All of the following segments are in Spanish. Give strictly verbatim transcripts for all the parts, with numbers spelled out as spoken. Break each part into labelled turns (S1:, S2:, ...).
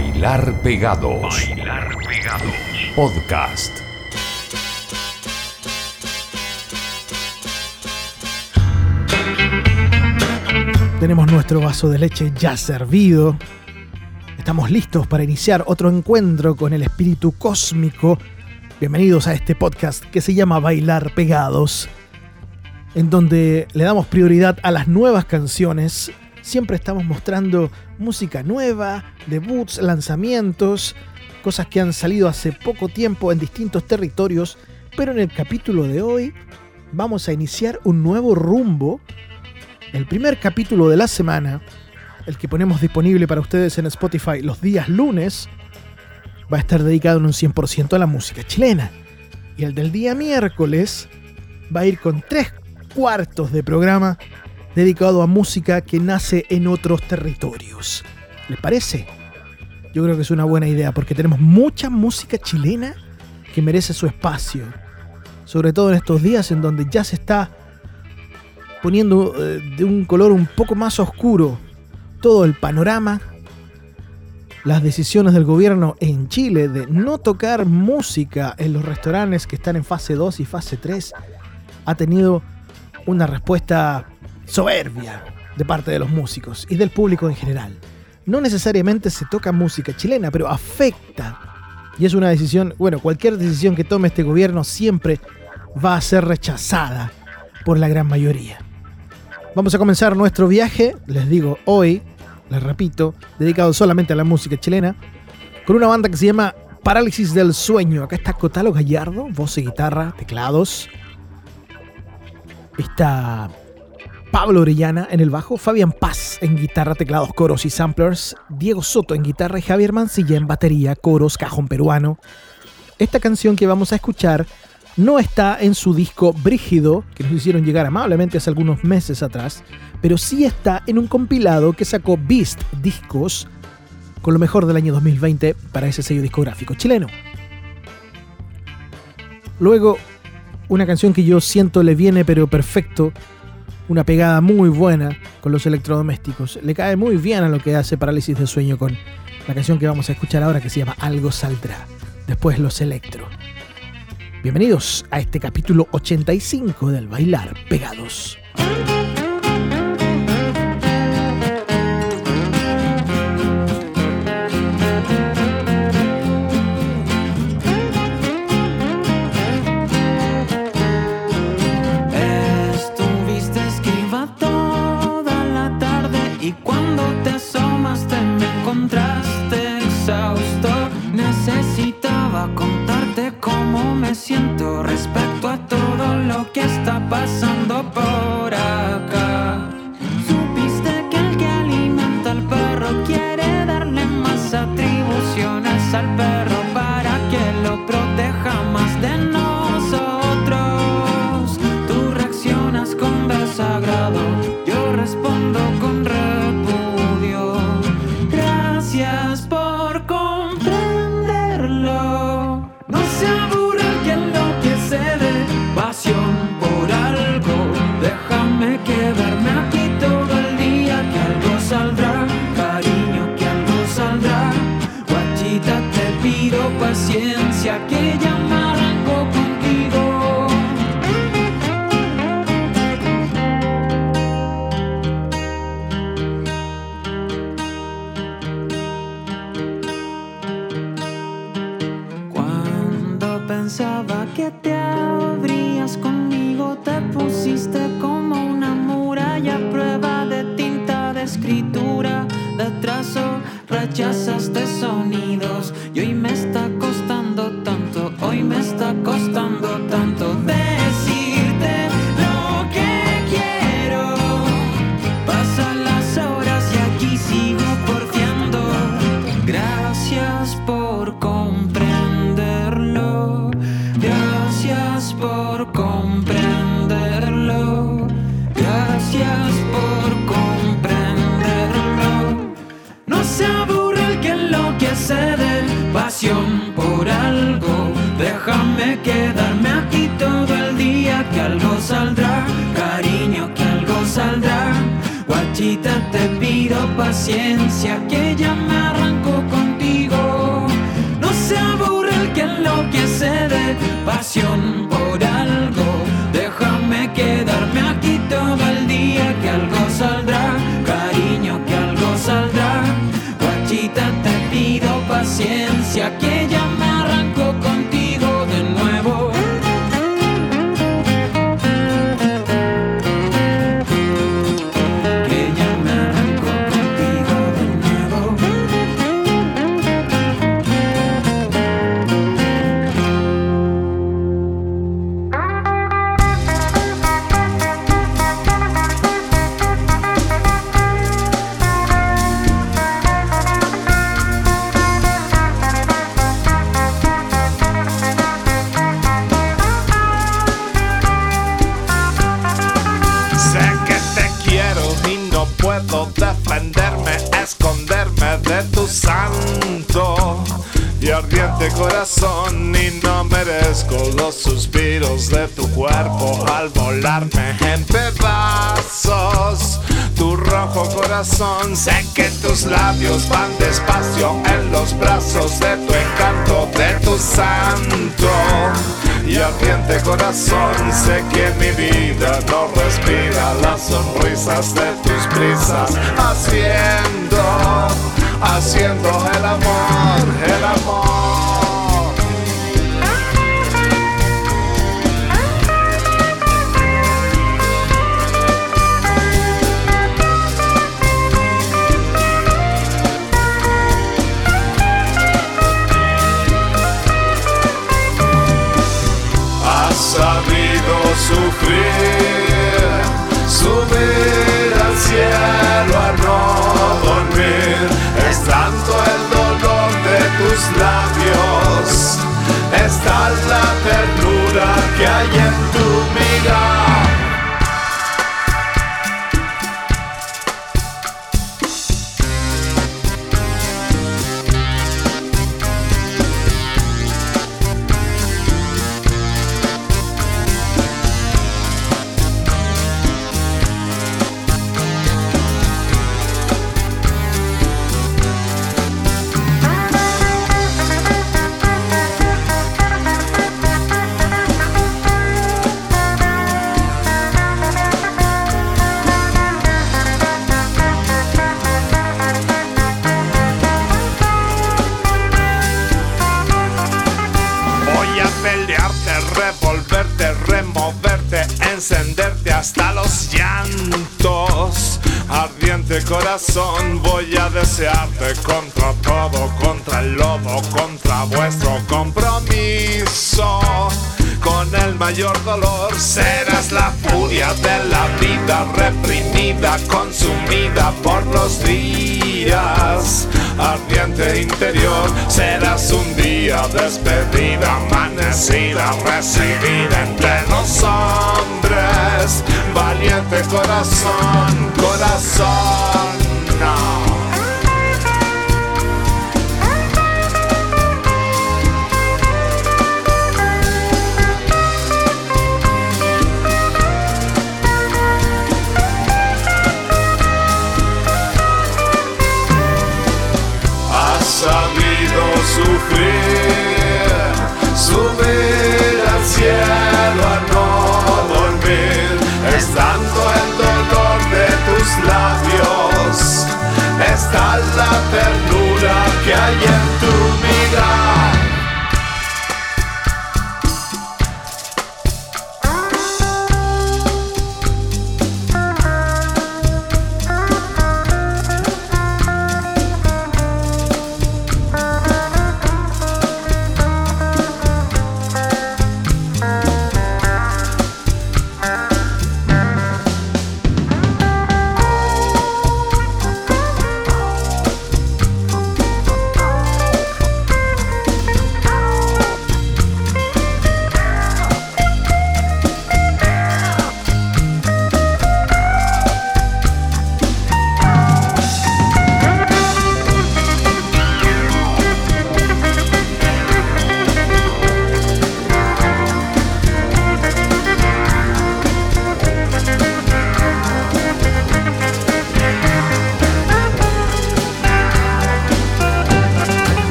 S1: Bailar Pegados.
S2: Bailar Pegados.
S1: Podcast.
S3: Tenemos nuestro vaso de leche ya servido. Estamos listos para iniciar otro encuentro con el espíritu cósmico. Bienvenidos a este podcast que se llama Bailar Pegados, en donde le damos prioridad a las nuevas canciones. Siempre estamos mostrando música nueva, debuts, lanzamientos, cosas que han salido hace poco tiempo en distintos territorios. Pero en el capítulo de hoy vamos a iniciar un nuevo rumbo. El primer capítulo de la semana, el que ponemos disponible para ustedes en Spotify los días lunes, va a estar dedicado en un cien por ciento a la música chilena. Y el del día miércoles va a ir con tres cuartos de programa dedicado a música que nace en otros territorios. ¿Les parece? Yo creo que es una buena idea porque tenemos mucha música chilena que merece su espacio. Sobre todo en estos días en donde ya se está poniendo eh, de un color un poco más oscuro todo el panorama. Las decisiones del gobierno en Chile de no tocar música en los restaurantes que están en fase dos y fase tres ha tenido una respuesta soberbia de parte de los músicos y del público en general. No necesariamente se toca música chilena, pero afecta. Y es una decisión, bueno, cualquier decisión que tome este gobierno siempre va a ser rechazada por la gran mayoría. Vamos a comenzar nuestro viaje, les digo, hoy, les repito, dedicado solamente a la música chilena, con una banda que se llama Parálisis del Sueño. Acá está Cotalo Gallardo, voz y guitarra, teclados. Está Pablo Orellana en el bajo, Fabián Paz en guitarra, teclados, coros y samplers, Diego Soto en guitarra y Javier Mancilla en batería, coros, cajón peruano. Esta canción que vamos a escuchar no está en su disco Brígido, que nos hicieron llegar amablemente hace algunos meses atrás, pero sí está en un compilado que sacó Beast Discos con lo mejor del año dos mil veinte para ese sello discográfico chileno. Luego, una canción que yo siento le viene pero perfecto, una pegada muy buena con los electrodomésticos. Le cae muy bien a lo que hace Parálisis del Sueño con la canción que vamos a escuchar ahora, que se llama Algo Saldrá. Después los electro. Bienvenidos a este capítulo ochenta y cinco del Bailar Pegados.
S4: Estuviste esquiva toda la tarde y cuando te asomaste me encontraste exhausto. Necesitaba contarte cómo me siento respecto a todo lo que está pasando por acá. Supiste que el que alimenta al perro quiere darle más atribuciones al perro para que lo proteja más de nosotros. Tú reaccionas con desagrado, yo respondo con repudio. Gracias por comprenderlo. No se aburre el que enloquece de pasión por algo. Déjame quedarme aquí todo el día, que algo saldrá, cariño, que algo saldrá. Guachita, te pido paciencia, que ya me arranco contigo. Cuando pensaba que te abrías conmigo, te pusiste como una muralla, prueba de tinta, de escritura, de trazo, rechazaste sonidos. Y hoy me está costando tanto, hoy me está costando tanto decirte lo que quiero. Pasan las horas y aquí sigo porfiando. Gracias por comprenderlo. Gracias por comprenderlo. Gracias por comprenderlo. No se aburre el que enloquece de pasión por algo. Déjame quedarme aquí todo el día, que algo saldrá, cariño, que algo saldrá. Guachita, te pido paciencia, que ya me arranco contigo. pasión por algo. Déjame quedarme aquí todo el día, que algo saldrá, cariño, que algo saldrá. Guachita, te pido paciencia, que ya me arranco contigo de nuevo. Que ya me arranco contigo de nuevo.
S2: Puedo defenderme, esconderme de tu santo y ardiente corazón, y no merezco los suspiros de tu cuerpo al volarme en pedazos. Tu rojo corazón, sé que tus labios van despacio en los brazos de tu encanto, de tu santo y ardiente corazón. Sé que mi vida no respira las sonrisas de tus brisas, haciendo, haciendo el amor, el amor. Sabido sufrir, subir al cielo a no dormir. Es tanto el dolor de tus labios, es tal la ternura que hay en tu mirar. Revolverte, removerte, encenderte hasta los llantos. Ardiente corazón, voy a desearte contra todo, contra el lodo, contra vuestro compromiso. Con el mayor dolor serás la furia de la vida, reprimida, consumida por los días. Ardiente interior, serás un día despedida, amanecida, recibida entre los hombres. Valiente corazón, corazón, no. Sabido sufrir, subir al cielo a no dormir. Es tanto el dolor de tus labios, es tal la ternura que hay en tu mirar.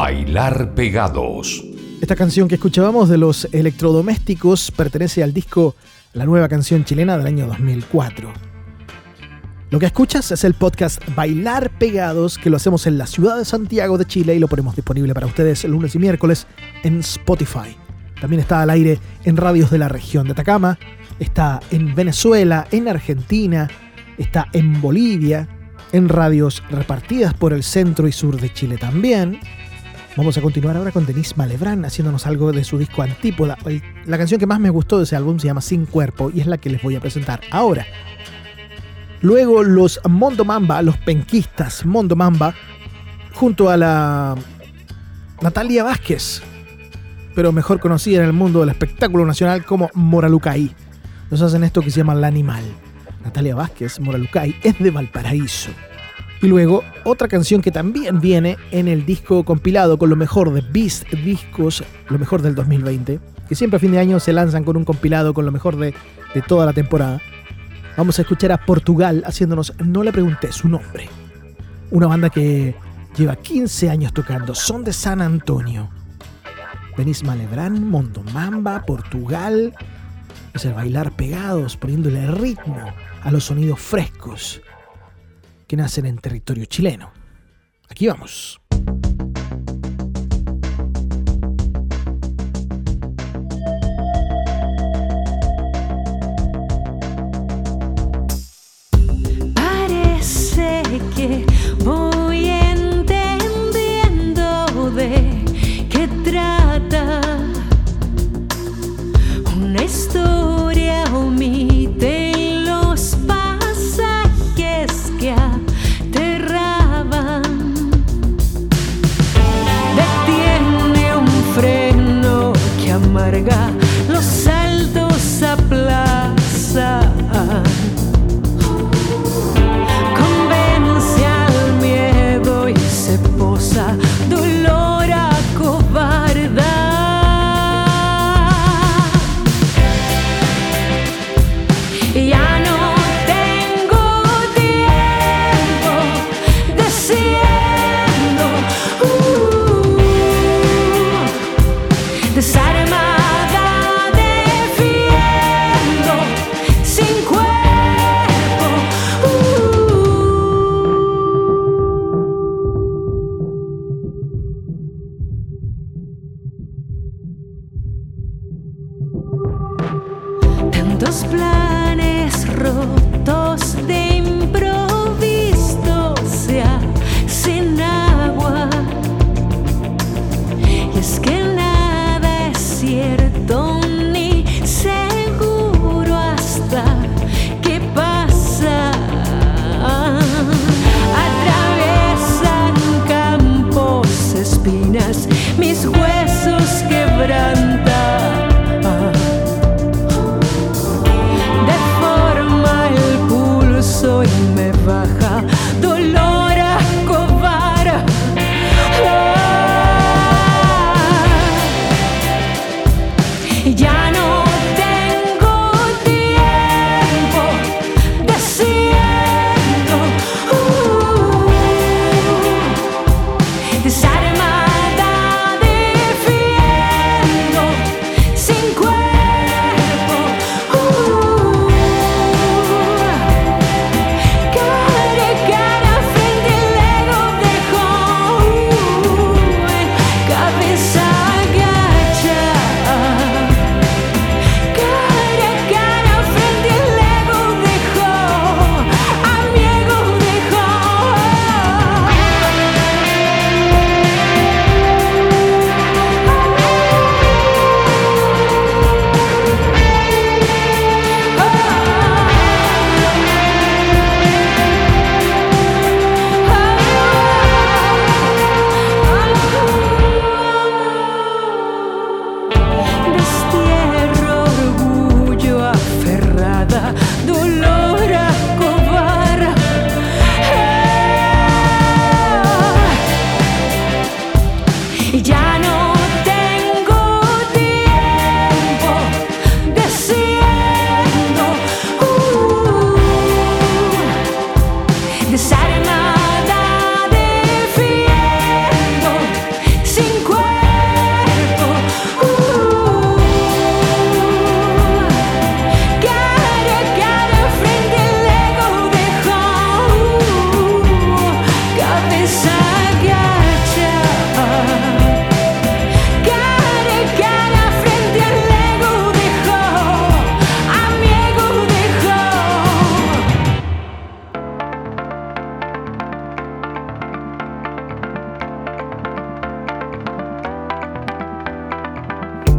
S1: Bailar Pegados.
S3: Esta canción que escuchábamos de Los Electrodomésticos pertenece al disco La Nueva Canción Chilena del año dos mil cuatro. Lo que escuchas es el podcast Bailar Pegados, que lo hacemos en la ciudad de Santiago de Chile y lo ponemos disponible para ustedes lunes y miércoles en Spotify. También está al aire en radios de la región de Atacama, está en Venezuela, en Argentina, está en Bolivia, en radios repartidas por el centro y sur de Chile también. Vamos a continuar ahora con Denise Malebrán haciéndonos algo de su disco Antípoda. La canción que más me gustó de ese álbum se llama Sin Cuerpo y es la que les voy a presentar ahora. Luego los Mondo Mamba, los penquistas Mondo Mamba, junto a la Natalia Vázquez, pero mejor conocida en el mundo del espectáculo nacional como Moralucay. Nos hacen esto que se llama La Animal. Natalia Vázquez, Moralucay, es de Valparaíso. Y luego, otra canción que también viene en el disco compilado con lo mejor de Beast Discos, lo mejor del dos mil veinte, que siempre a fin de año se lanzan con un compilado con lo mejor de, de toda la temporada. Vamos a escuchar a Portugal haciéndonos No le pregunté su nombre. Una banda que lleva quince años tocando, son de San Antonio. Denise Malebrán, Mondo Mamba, Portugal. Es el Bailar Pegados, poniéndole ritmo a los sonidos frescos que nacen en territorio chileno. Aquí vamos.
S4: Parece que voy entendiendo de qué trata una historia omite los pasajes que aterraban. Detiene un freno que amarga los saltos a plaza. Convence al miedo y se posa dolor a cobarda. Ya no tengo tiempo diciendo uh, desarmada defiendo sin cuerpo uh. Tantos planes rotos de improviso se hacen agua. Y es que nada es cierto ni seguro hasta que pasa. Atraviesan campos, espinas, mis huesos quebrantan.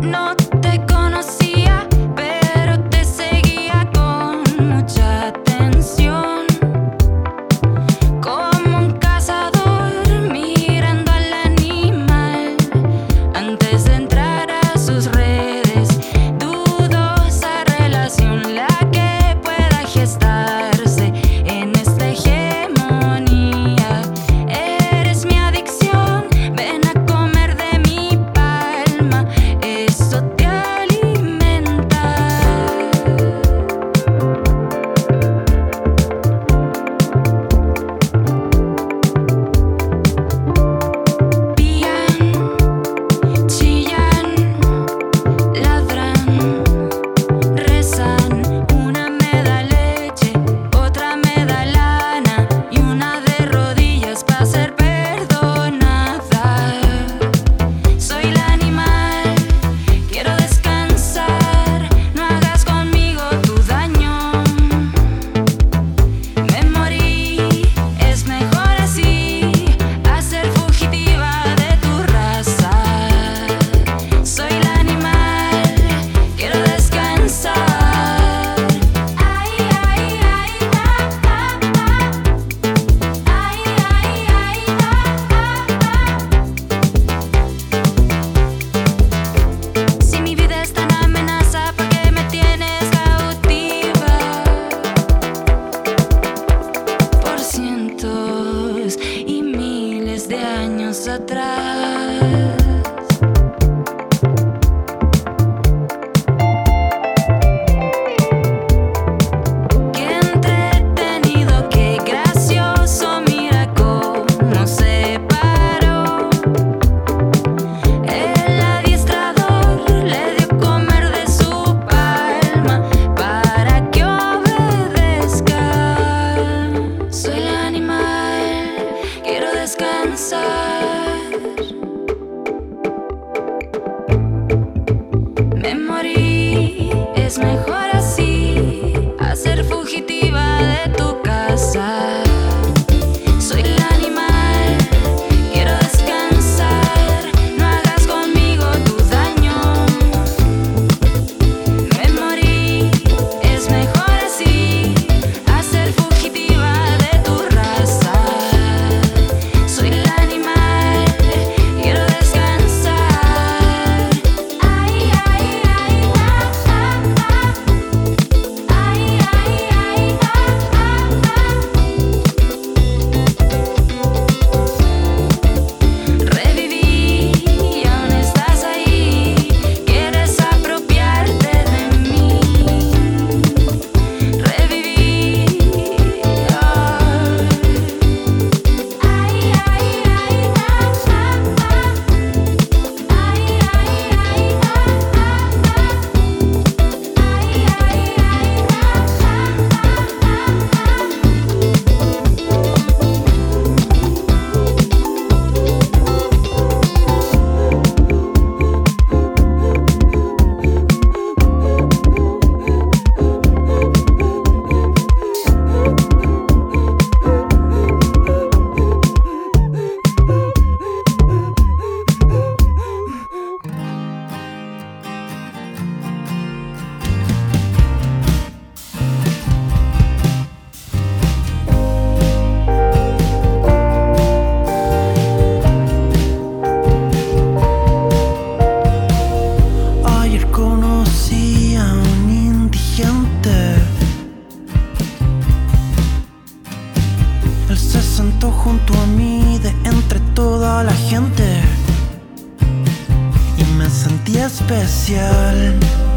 S5: especial.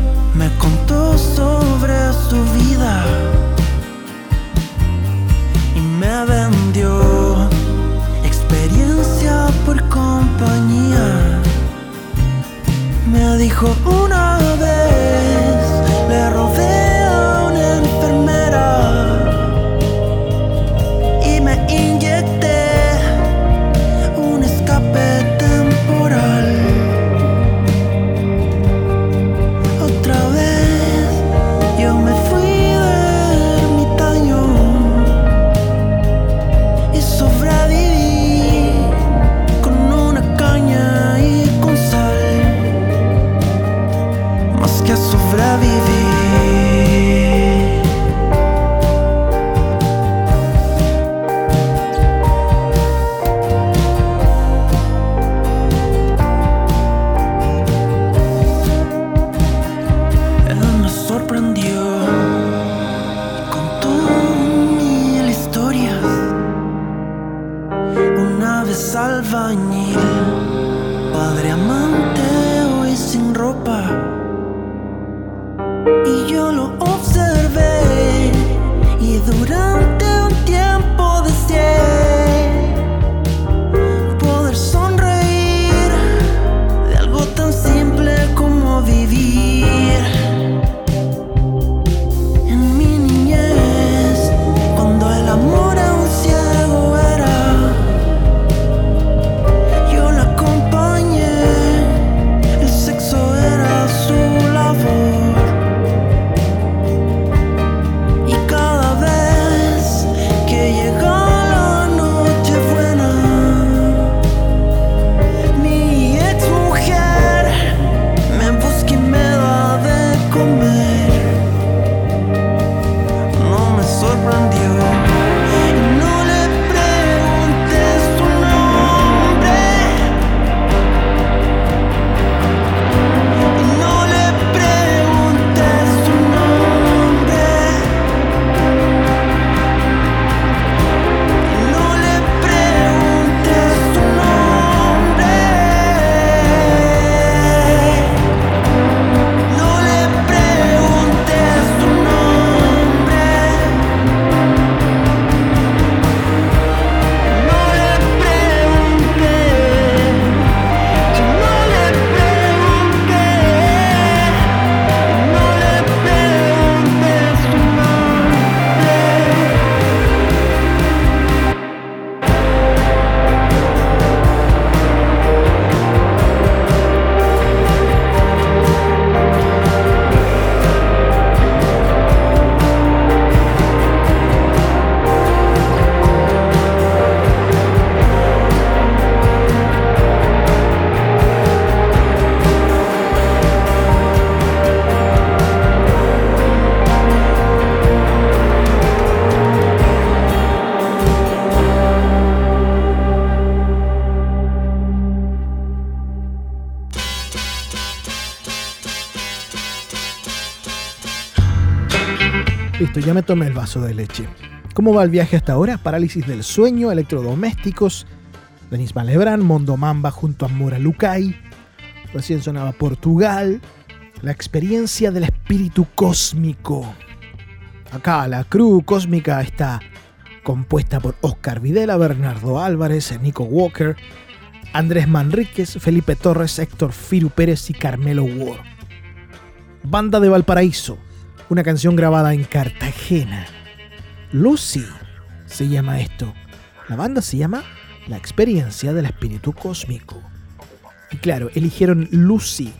S5: Me contó sobre su vida y me vendió experiencia por compañía. Me dijo una vez le robé a una enfermera y me inyecté un escape temporal. Otra vez yo me fui de ermitaño y sobreviví con una caña y con sal. frágil, padre amante hoy sin ropa. Y yo lo observé y durante un tiempo deseé poder sonreír de algo tan simple como vivir. En mi niñez, cuando el amor aún ciego era, yo la acompañé, el sexo era su labor. Y cada vez que llegaba la noche buena, mi ex mujer me busca y me da de comer. No me sorprendió y no le pregunté su nombre. Y no le pregunté su nombre. Y no le pregunté su nombre. No le pregunté su nombre. No le pregunté. Y no le pregunté. No le pregunté su nombre.
S3: Listo, ya me tomé el vaso de leche. ¿Cómo va el viaje hasta ahora? Parálisis del sueño, electrodomésticos, Denis Van Lebrán, Mondo Mamba junto a Mora Lucay. Recién sonaba Portugal. La experiencia del espíritu cósmico. Acá la crew cósmica está compuesta por Oscar Videla, Bernardo Álvarez, Nico Walker, Andrés Manríquez, Felipe Torres, Héctor Firu Pérez y Carmelo Ward. Banda de Valparaíso. Una canción grabada en Cartagena. Lucy se llama esto. La banda se llama La experiencia del espíritu cósmico. Y claro, eligieron Lucy,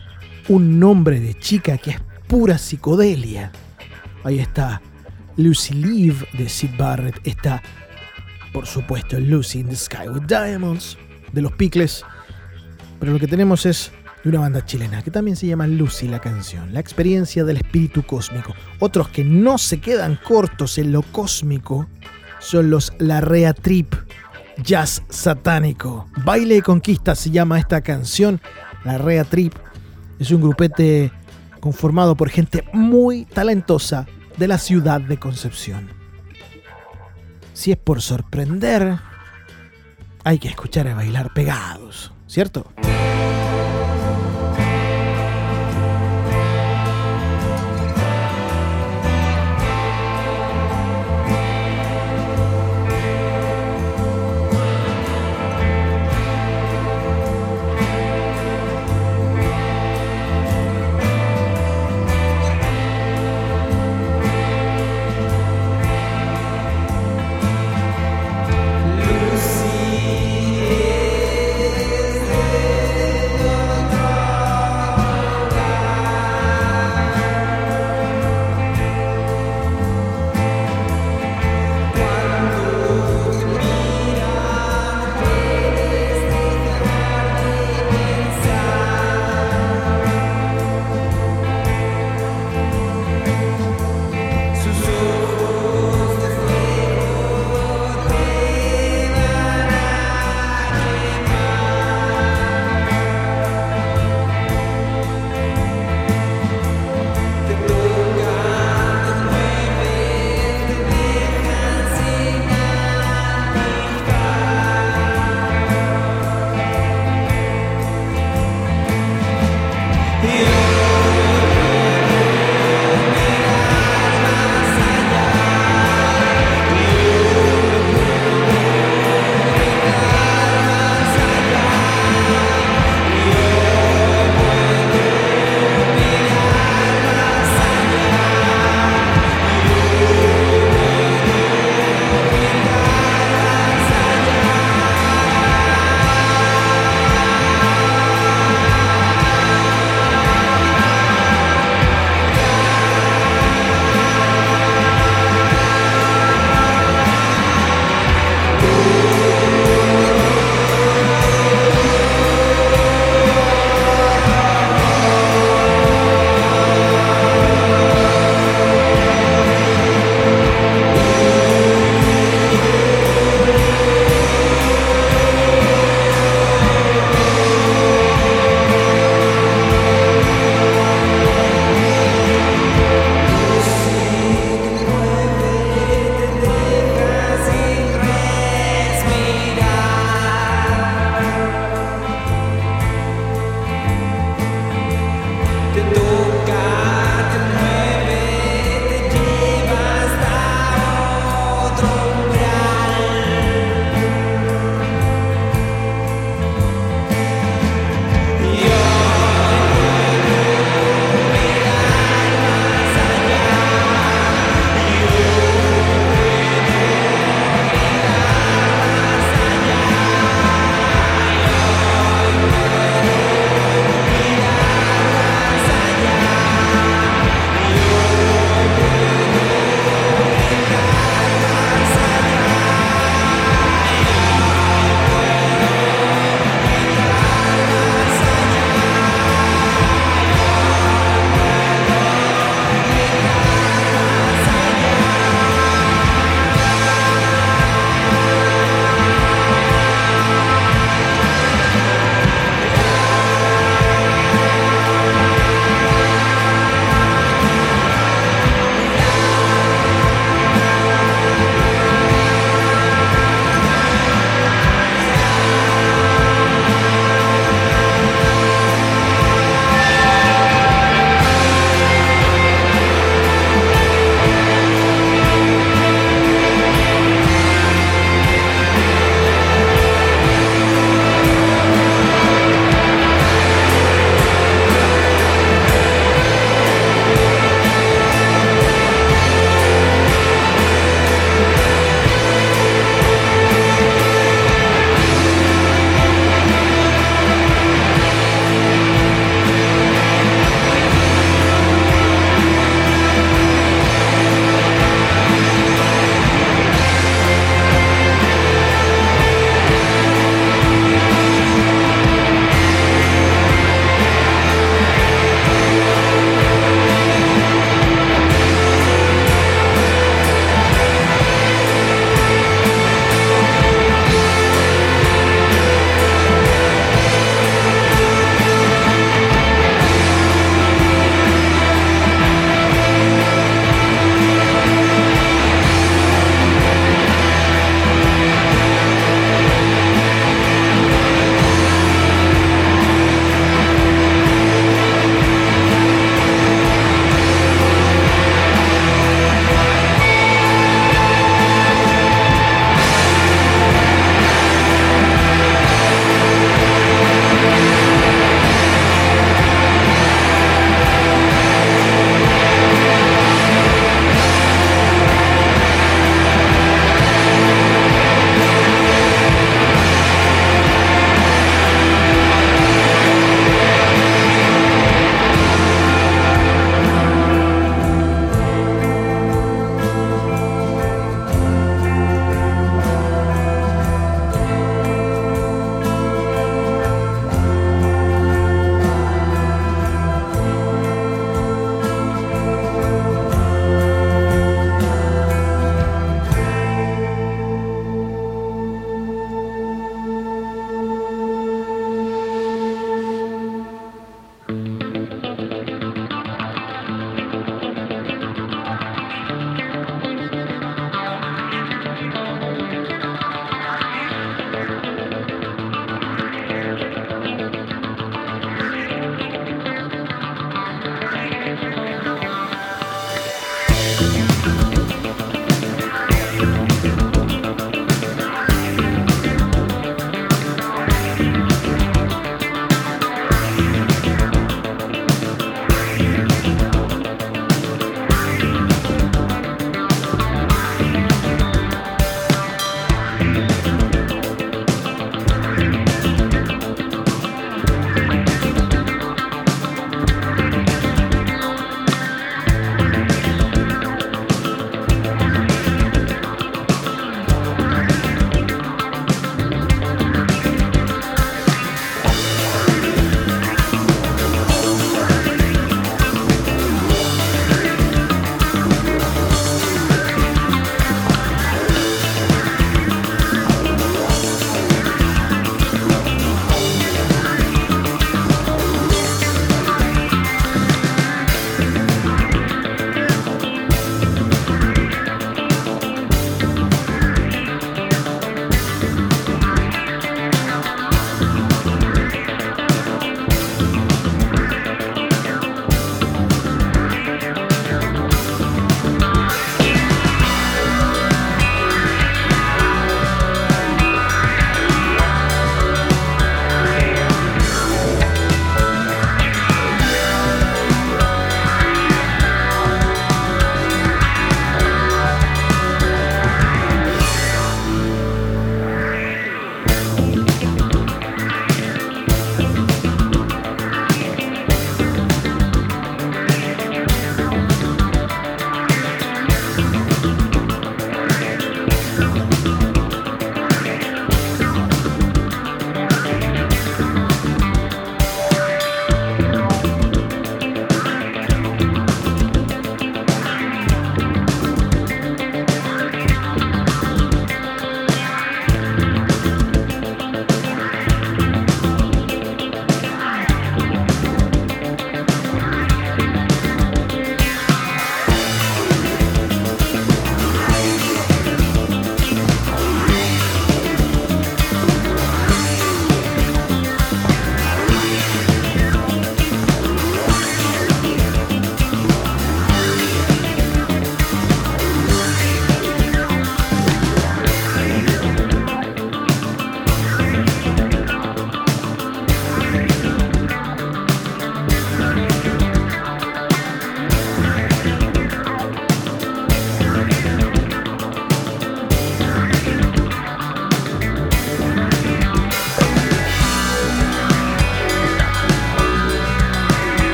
S3: un nombre de chica que es pura psicodelia. Ahí está Lucy Live de Syd Barrett. Está, por supuesto, Lucy in the Sky with Diamonds de Los Picles. Pero lo que tenemos es de una banda chilena que también se llama Lucy la canción, La experiencia del espíritu cósmico. Otros que no se quedan cortos en lo cósmico son los La Rea Trip, jazz satánico. Baile de Conquista se llama esta canción. La Rea Trip es un grupete conformado por gente muy talentosa de la ciudad de Concepción. Si es por sorprender, hay que escuchar a Bailar Pegados, ¿cierto?
S5: Lucy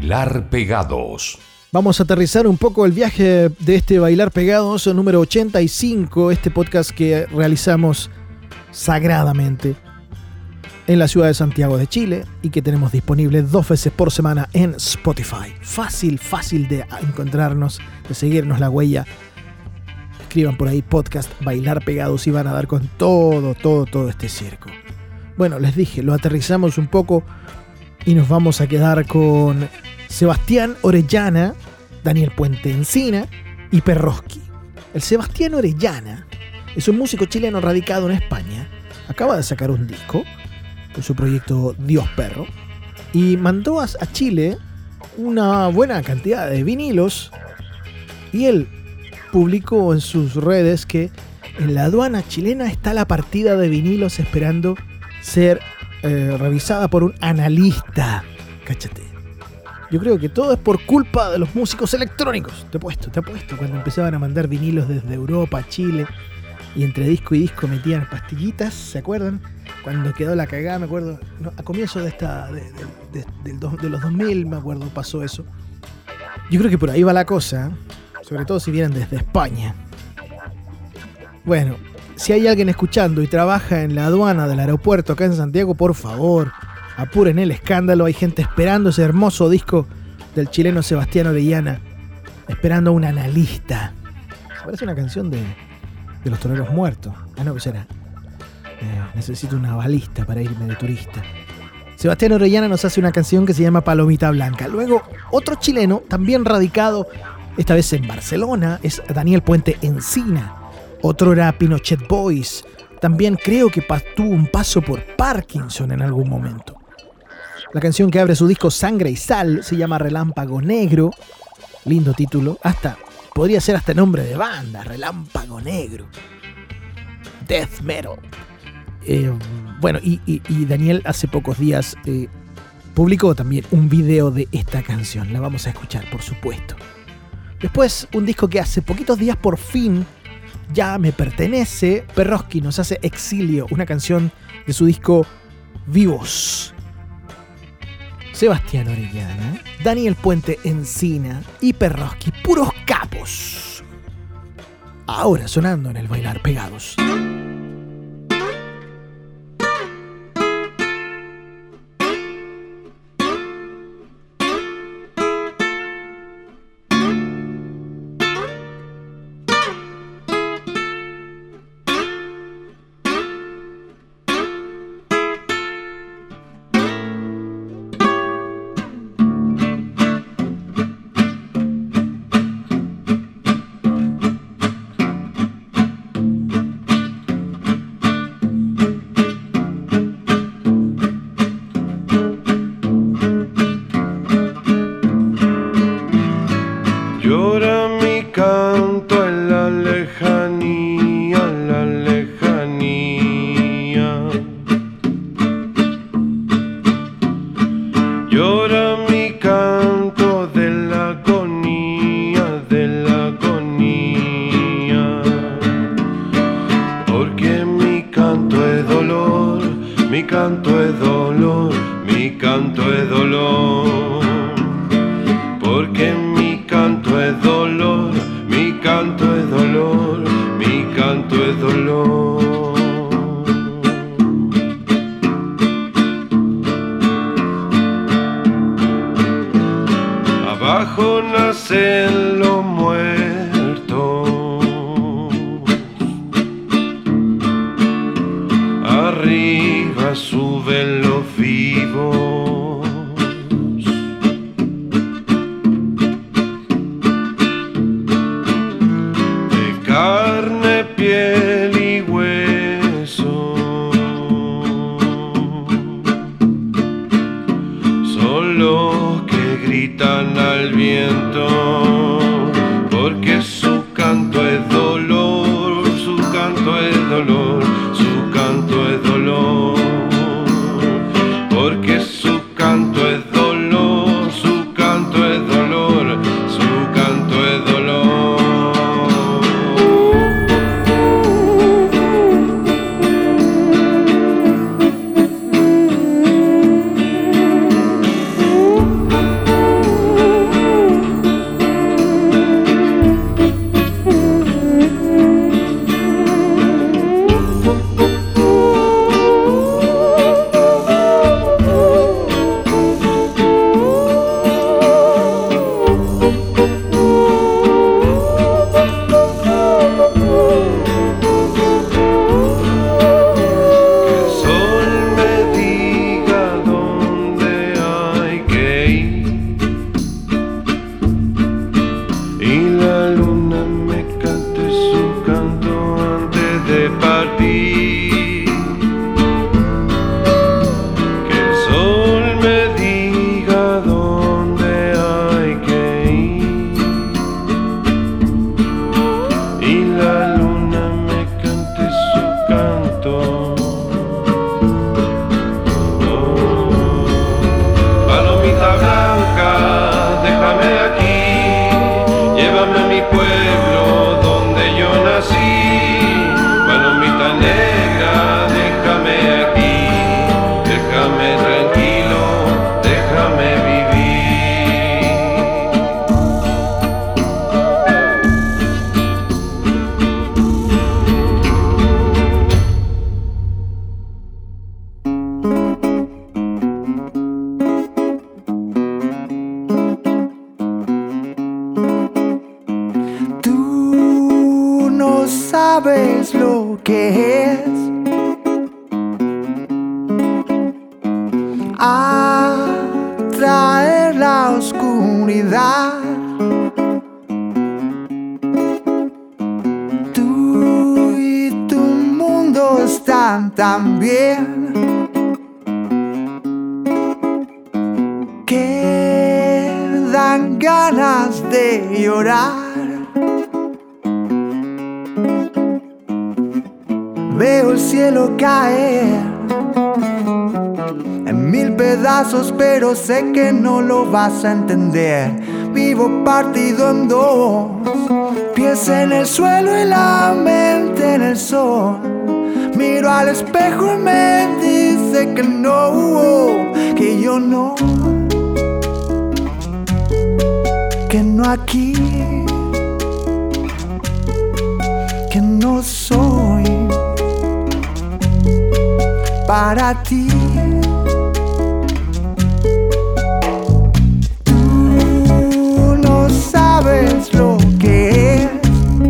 S1: Bailar Pegados.
S3: Vamos a aterrizar un poco el viaje de este Bailar Pegados número ochenta y cinco, este podcast que realizamos sagradamente en la ciudad de Santiago de Chile y que tenemos disponible dos veces por semana en Spotify. Fácil, fácil de encontrarnos, de seguirnos la huella. Escriban por ahí podcast Bailar Pegados y van a dar con todo, todo, todo este circo. Bueno, les dije, lo aterrizamos un poco y nos vamos a quedar con Sebastián Orellana, Daniel Puente Encina y Perroski. El Sebastián Orellana es un músico chileno radicado en España. Acaba de sacar un disco con su proyecto Dios Perro y mandó a Chile una buena cantidad de vinilos, y él publicó en sus redes que en la aduana chilena está la partida de vinilos esperando ser eh, revisada por un analista. Cáchate. Yo creo que todo es por culpa de los músicos electrónicos. Te apuesto, te apuesto. Cuando empezaban a mandar vinilos desde Europa a Chile y entre disco y disco metían pastillitas, ¿se acuerdan? Cuando quedó la cagada, me acuerdo, no, a comienzo de, esta, de, de, de, del do, de los dos mil, me acuerdo, pasó eso. Yo creo que por ahí va la cosa, sobre todo si vienen desde España. Bueno, si hay alguien escuchando y trabaja en la aduana del aeropuerto acá en Santiago, por favor, apuren el escándalo. Hay gente esperando ese hermoso disco del chileno Sebastián Orellana, esperando a un analista. Se parece una canción de, de Los Toreros Muertos. Ah, no, ¿qué será? Eh, necesito una balista para irme de turista. Sebastián Orellana nos hace una canción que se llama Palomita Blanca. Luego, otro chileno, también radicado, esta vez en Barcelona, es Daniel Puente Encina. Otro era Pinochet Boys. También creo que tuvo un paso por Parkinson en algún momento. La canción que abre su disco Sangre y Sal se llama Relámpago Negro. Lindo título. Hasta podría ser hasta nombre de banda, Relámpago Negro. Death Metal. Eh, bueno, y, y, y Daniel hace pocos días eh, publicó también un video de esta canción. La vamos a escuchar, por supuesto. Después, un disco que hace poquitos días por fin ya me pertenece. Perroski nos hace Exilio, una canción de su disco Vivos. Sebastián Orellana, Daniel Puente Encina y Perroski, puros capos. Ahora sonando en el Bailar Pegados.
S6: vivir. Que el sol me diga dónde hay que ir y la luna me cante su canto. Palomita blanca, déjame aquí, llévame a mi pueblo donde yo nací. Palomita negra, déjame aquí, déjame tranquilo, déjame vivir.
S5: Tú no sabes lo que es atraer la oscuridad. Tú y tu mundo están tan bien que dan ganas de llorar. Veo el cielo caer en mil pedazos, pero sé que no lo vas a entender. Vivo partido en dos, pies en el suelo y la mente en el sol. Miro al espejo y me dice que no, que yo no, que no aquí, que no soy para ti. Tú no sabes lo que es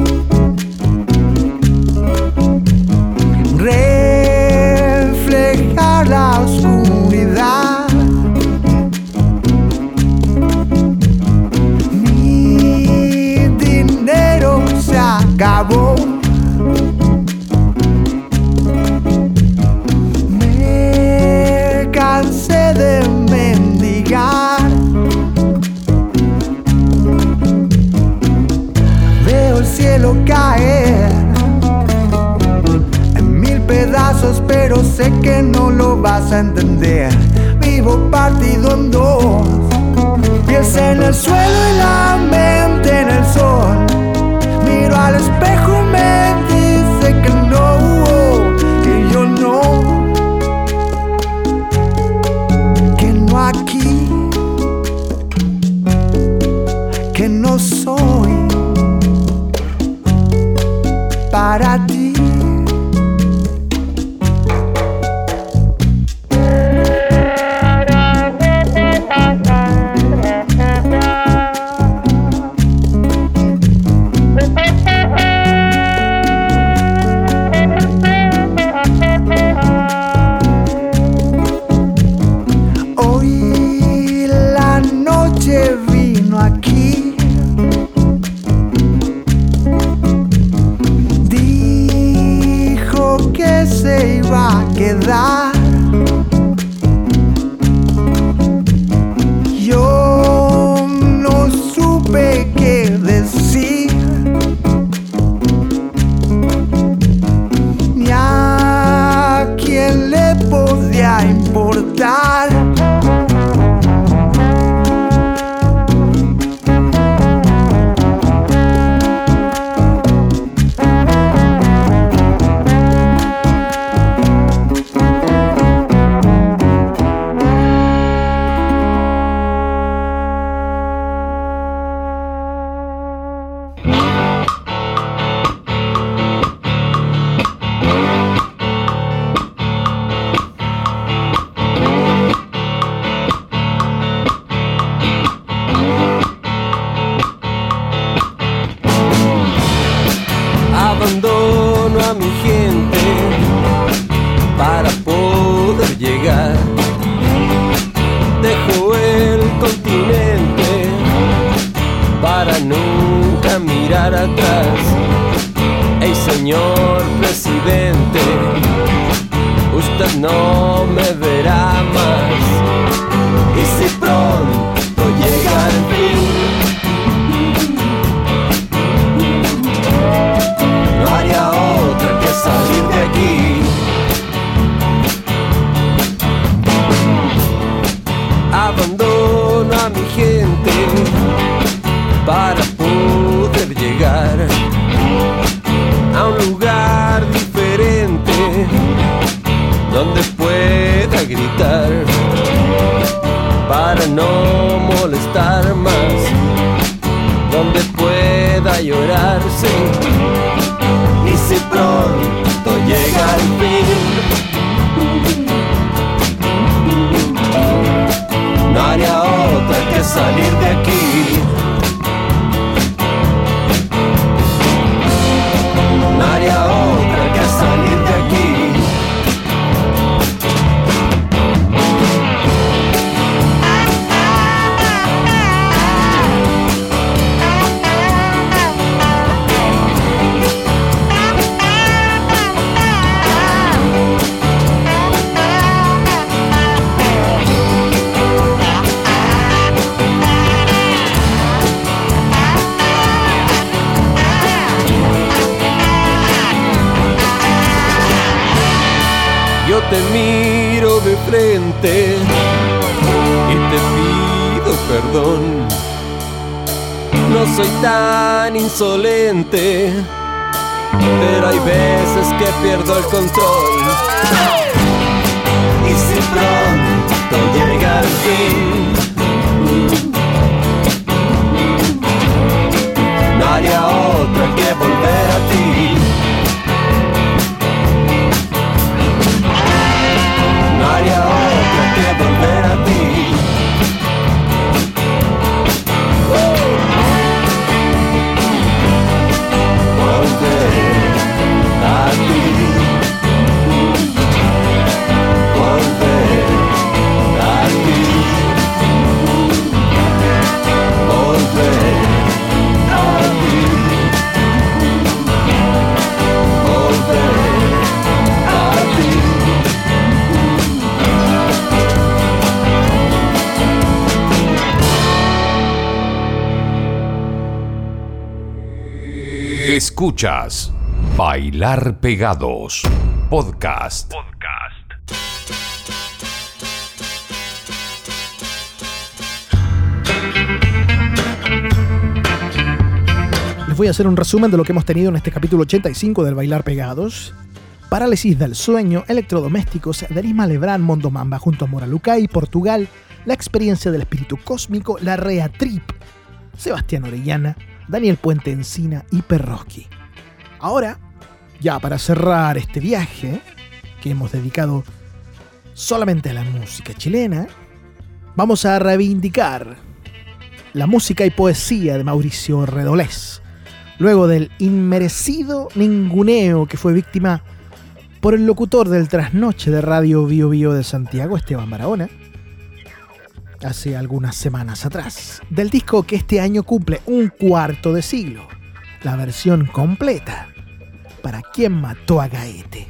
S5: reflejar la oscuridad. Mi dinero se acabó. Cansé de mendigar. Veo el cielo caer en mil pedazos, pero sé que no lo vas a entender. Vivo partido en dos, pies en el suelo y la mente en el sol. Miro al espejo y me dice que no, que yo no, aquí, que no soy para ti. Vino aquí, dijo que se iba a quedar. Yo no supe qué decir, ni a quién le podía importar.
S7: Abandono a mi gente para poder llegar. Dejo el continente para nunca mirar atrás. Ey, señor. señor presidente, usted no me verá más. Y si pronto llega el fin, no haría otra que salir de aquí. Abandono a mi gente para poder llegar a un lugar diferente donde pueda gritar para no molestar más, donde pueda llorarse. Y si pronto llega el fin, no haría otra que salir de aquí. No haría otra que salir de aquí. Yo te miro de frente y te pido perdón. No soy tan insolente, pero hay veces que pierdo el control. Y si pronto llega el fin, no haría otra que volver a ti. No haría otra que volver a ti. Volver a ti. Volver a ti. Volver a ti. Volver a ti.
S1: Escuchas Bailar Pegados Podcast.
S3: Les voy a hacer un resumen de lo que hemos tenido en este capítulo ochenta y cinco del Bailar Pegados. Parálisis del sueño, electrodomésticos, Derisma Lebrán, Mondo Mamba junto a Moralucay, Portugal, la experiencia del espíritu cósmico, la Rea Trip, Sebastián Orellana, Daniel Puente Encina y Perroski. Ahora, ya para cerrar este viaje que hemos dedicado solamente a la música chilena, vamos a reivindicar la música y poesía de Mauricio Redolés, luego del inmerecido ninguneo que fue víctima por el locutor del trasnoche de Radio Bio Bio de Santiago, Esteban Barahona, hace algunas semanas atrás, del disco que este año cumple un cuarto de siglo, la versión completa, ¿Para quién mató a Gaete?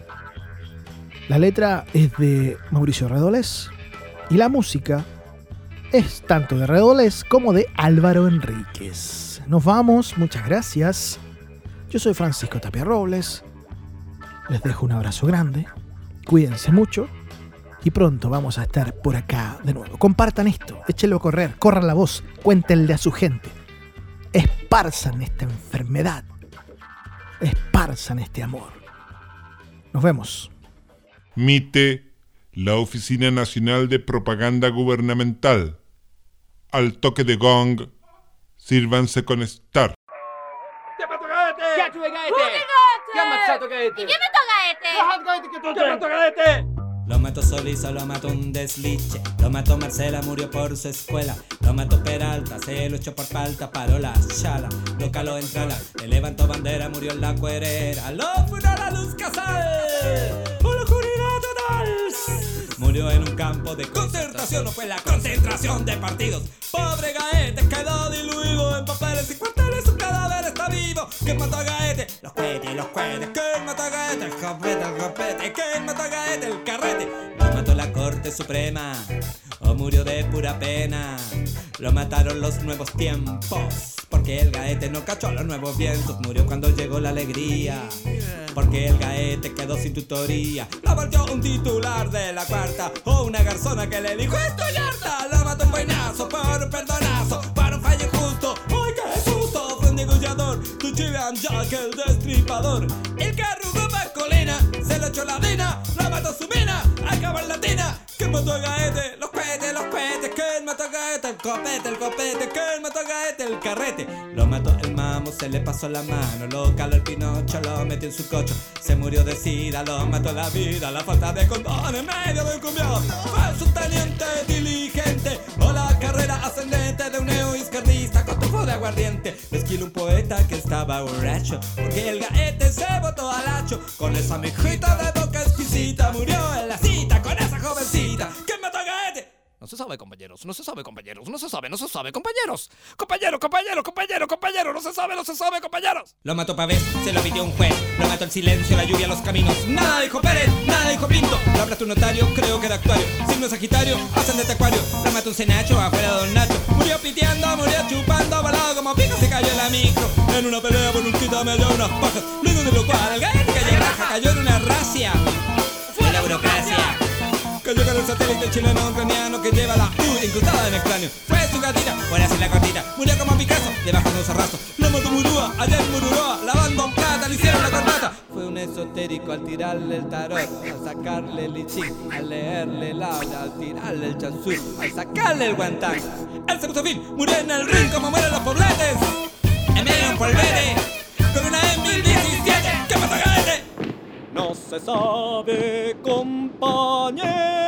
S3: La letra es de Mauricio Redolés y la música es tanto de Redolés como de Álvaro Enríquez. Nos vamos, muchas gracias. Yo soy Francisco Tapia Robles, les dejo un abrazo grande, cuídense mucho. Y pronto vamos a estar por acá de nuevo. Compartan esto, échenlo a correr, corran la voz, cuéntenle a su gente. Esparzan esta enfermedad. Esparzan este amor. Nos vemos.
S8: M I T E, la Oficina Nacional de Propaganda Gubernamental. Al toque de gong, sírvanse con Star.
S9: Chi ha fatto Gaete? Chi ha fatto Gaete? Chi ha ammazzato Gaete?
S10: ¿Y quién mató a Gaete?
S9: Chi ha fatto Gaete? Chi ha fatto Gaete?
S11: Lo mató Solís, lo mató un desliche. Lo mató Marcela, murió por su escuela. Lo mató Peralta, se luchó por falta, paró la chala. Lo caló en trala, le levantó bandera, murió en la cuerera. Lo fundó la Luz Casal, una oscuridad total. Murió murió en un campo de concentración. No fue la concentración de partidos. Pobre Gaete quedó diluido en papeles y cuarteles. Su cadáver está vivo. ¿Quién mató a Gaete? Los cohetes, los cohetes. ¿Quién mató a Gaete? El copete, el copete. ¿Quién mató a Gaete? El carrete. Lo mató la Corte Suprema o murió de pura pena. Lo mataron los nuevos tiempos, porque el Gaete no cachó los nuevos vientos. Murió cuando llegó la alegría, porque el Gaete quedó sin tutoría. Lo volvió un titular de la cuarta o una garzona que le dijo estoy harta. Lo mató un vainazo por un perdonazo, para un fallo injusto. ¡Ay, qué susto! Fue un negociador, tu Chilean Jack el destripador. El que arrugó masculina, se lo echó la dina. Lo mató su mina, acabó en latina. ¿Quién mató a Gaete? Los cohetes, los cohetes. ¿Quién mató a Gaete? El copete, el copete. ¿Quién mató a Gaete? El carrete. Lo mató el mamo, se le pasó la mano. Lo caló el pinocho, lo metió en su cocho. Se murió de sida, lo mató la vida. La falta de condón en medio de un cumbión. Fue su teniente diligente o la carrera ascendente de un neoizquierdista con tufo de aguardiente. Lo esquiló un poeta que estaba borracho, porque el Gaete se botó al hacho. Con esa mijita de boca exquisita murió en la cita con esa jovencita. ¿Quién mató a Gaete?
S9: No se sabe, compañeros, no se sabe, compañeros, no se sabe, no se sabe, compañeros. Compañero, compañero, compañero, compañero, no se sabe, no se sabe, compañeros.
S11: Lo mató Pavés, se lo pidió un juez. Lo mató el silencio, la lluvia, los caminos. Nada dijo Pérez, nada dijo Pinto. Lo hablaste un notario, creo que era actuario. Signo Sagitario, ascendente Acuario. Lo mató un cenacho, afuera de Don Nacho. Murió piteando, murió chupando, volado como pico, se cayó en la micro. En una pelea por un quita me dio unas pajas. Luego de lo cual el Gaete cayó en raja, cayó en una racia. Fue la burocracia. Cayó con el satélite chileno ucraniano que lleva la U incrustada en el cráneo. Fue su gatita, por así la cortita. Murió como Picasso, debajo de un zarrazo. Lo mató Murúa, ayer Mururoa, lavando en plata, le hicieron la corbata. Fue un esotérico al tirarle el tarot, al sacarle el lichín, al leerle el aura, al tirarle el chansú, al sacarle el guantán. Él se puso fin, murió en el ring como mueren los pobletes. En medio de un polvere, con una M diecisiete. ¿Qué mató a Gaete? No se sabe, compañeros.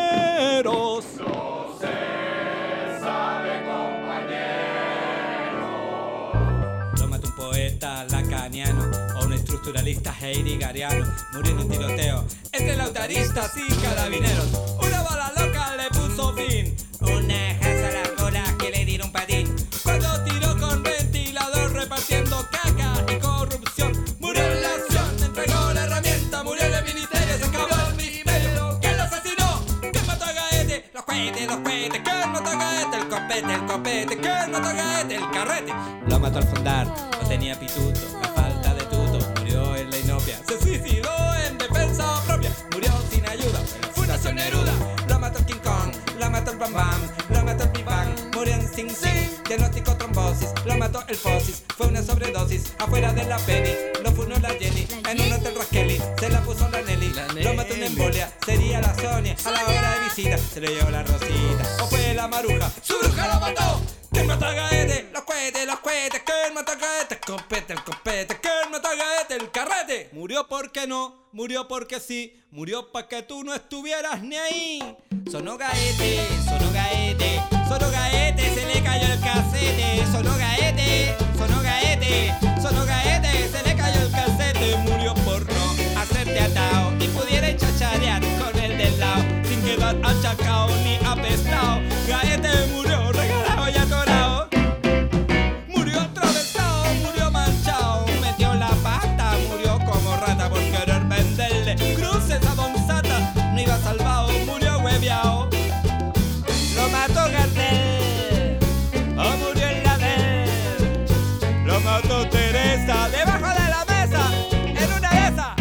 S11: No se sabe, compañeros. Lo mató un poeta lacaniano o un estructuralista heideggeriano. Murió en un tiroteo entre lautaristas y carabineros. Una bala loca le puso fin. Una jaza a la cola que le dieron un patín. Cuando tiró con ventilador repartiendo caca y corrupción. Murió en la acción, entregó la herramienta. Murió en el ministerio, se acabó el ministerio. ¿Quién lo asesinó? ¿Quién mató a Gaete? Los cohetes, los cohetes. ¿Quién mató a Gaete? El copete, el copete. ¿Quién mató a Gaete? El carrete. Lo mató al fondar, no tenía pituto. La falta de tuto, murió en la inopia. Se suicidó en defensa propia. Murió sin ayuda, Fundación Neruda. Lo mató el King Kong, lo mató el Bam Bam, lo mató el Big Bang. Murió en Sing Sing, diagnóstico trombosis. Lo mató el Fosis, fue una sobredosis. Afuera de la Penny, lo funó la Jenny. En un hotel Raskelly, se la puso la Nelly. Lo mató una embolia, sería la Sonia. A la hora de visita, se lo llevó la Rosita. O fue la Maruja, su bruja lo mató. ¿Quién mató a Gaete? Los cohetes, los cohetes. ¿Quién mató a Gaete? El copete, el copete. ¿Quién mató a Gaete? El carrete. Murió porque no, murió porque sí. Murió para que tú no estuvieras ni ahí. Sonó Gaete, sonó Gaete, sonó Gaete, se le cayó el casete. Sonó Gaete, sonó Gaete, sonó Gaete, se le cayó el casete. Murió por no hacerte atao y pudiera chacharear con el del lado sin quedar achacao ni apestao. Gaete murió regalado y atorado. Murió atravesado, murió manchado. Metió la pata, murió como rata por querer venderle cruces a Don Sata. No iba salvado, murió hueviao. Lo mató Gardel, o murió en la del. Lo mató Teresa debajo de la mesa, en una de esas.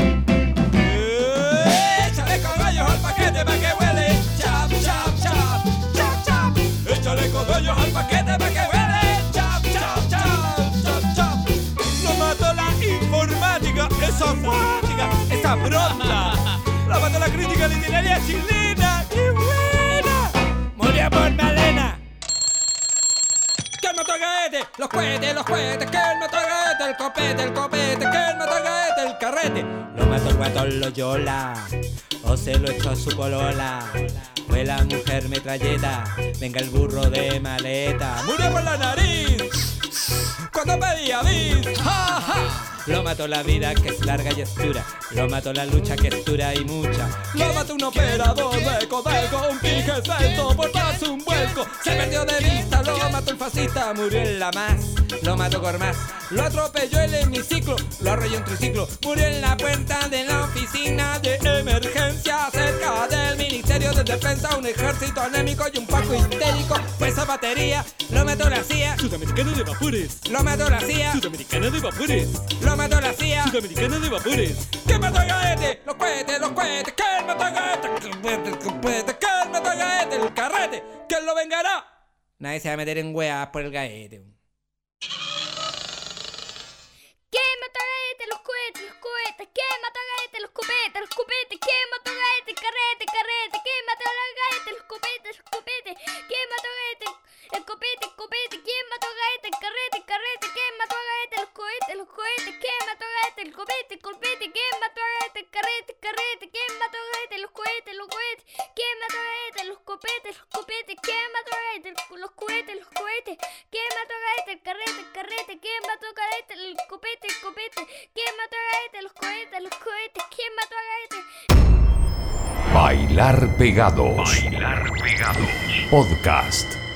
S11: Eh, échale cogollos al paquete pa' que huele. Chap, chap, chap, chap, chap. Échale cogollos al paquete pa' que huele. Chap, chap, chap, chap, chap. Lo mató la informática, esa acuática, esa broma. Lo mató la crítica literaria chilena. ¡Qué buena! Murió por Malena. ¿Quién mató a Gaete? Los cohetes, los cohetes. ¿Quién mató a Gaete? El copete, el copete. ¿Quién mató a Gaete? El carrete. Lo mató el guatón Loyola, o se lo echó a su polola. Fue la mujer metralleta, venga el burro de maleta. Murió por la nariz cuando pedía bis. ¡Ja, ja! Lo mató la vida que es larga y es dura. Lo mató la lucha que es dura y mucha. Lo mató un operador de Codelco, un pije exento por darse un vuelco. Se perdió de vista, lo mató el fascista, murió en la más. Lo mató Gormaz, lo atropelló el hemiciclo, lo arrolló un triciclo. Murió en la puerta de la oficina de emergencia cerca del Ministerio de Defensa. Un ejército anémico y un Paco histérico. Pues esa batería lo mató la C I A.
S10: Sudamericana de vapores.
S11: Lo mató la C I A.
S10: Sudamericana de vapores.
S11: Lo mató la C I A.
S10: Sudamericana de vapores.
S11: ¿Quién mató a Gaete? Los cohetes, los cohetes. ¿Quién mató a Gaete? ¿Quién mató a Gaete? El carrete. ¿Quién lo vengará? Nadie se va a meter en weas por el Gaete.
S12: ¿Quién mató a Gaete? Los cohetes, los cohetes. ¿Quién mató a Gaete? Los copetes, los copetes. ¿Quién mató a Gaete? Carrete, carrete. ¿Quién mató a Gaete? Los copetes, los copetes. ¿Quién mató a Gaete? El copete, el copete. ¿Quién mató a Gaete? El carrete, el carrete. ¿Quién mató a Gaete? Los cohetes, los cohetes. ¿Quién mató a Gaete? El copete, el copete. ¿Quién mató a Gaete? El carrete, el carrete. ¿Quién mató a Gaete? Los cohetes, los cohetes. ¿Quién mató a Gaete? Los copetes, los copetes. ¿Quién mató a Gaete? Los cohetes, los cohetes. ¿Quién mató a Gaete? El carrete, el carrete. ¿Quién mató a Gaete? El copete, el copete. ¿Quién mató a Gaete? Los cohetes, los cohetes. ¿Quién mató a Gaete?
S1: Bailar Pegados. Bailar Pegados. Podcast.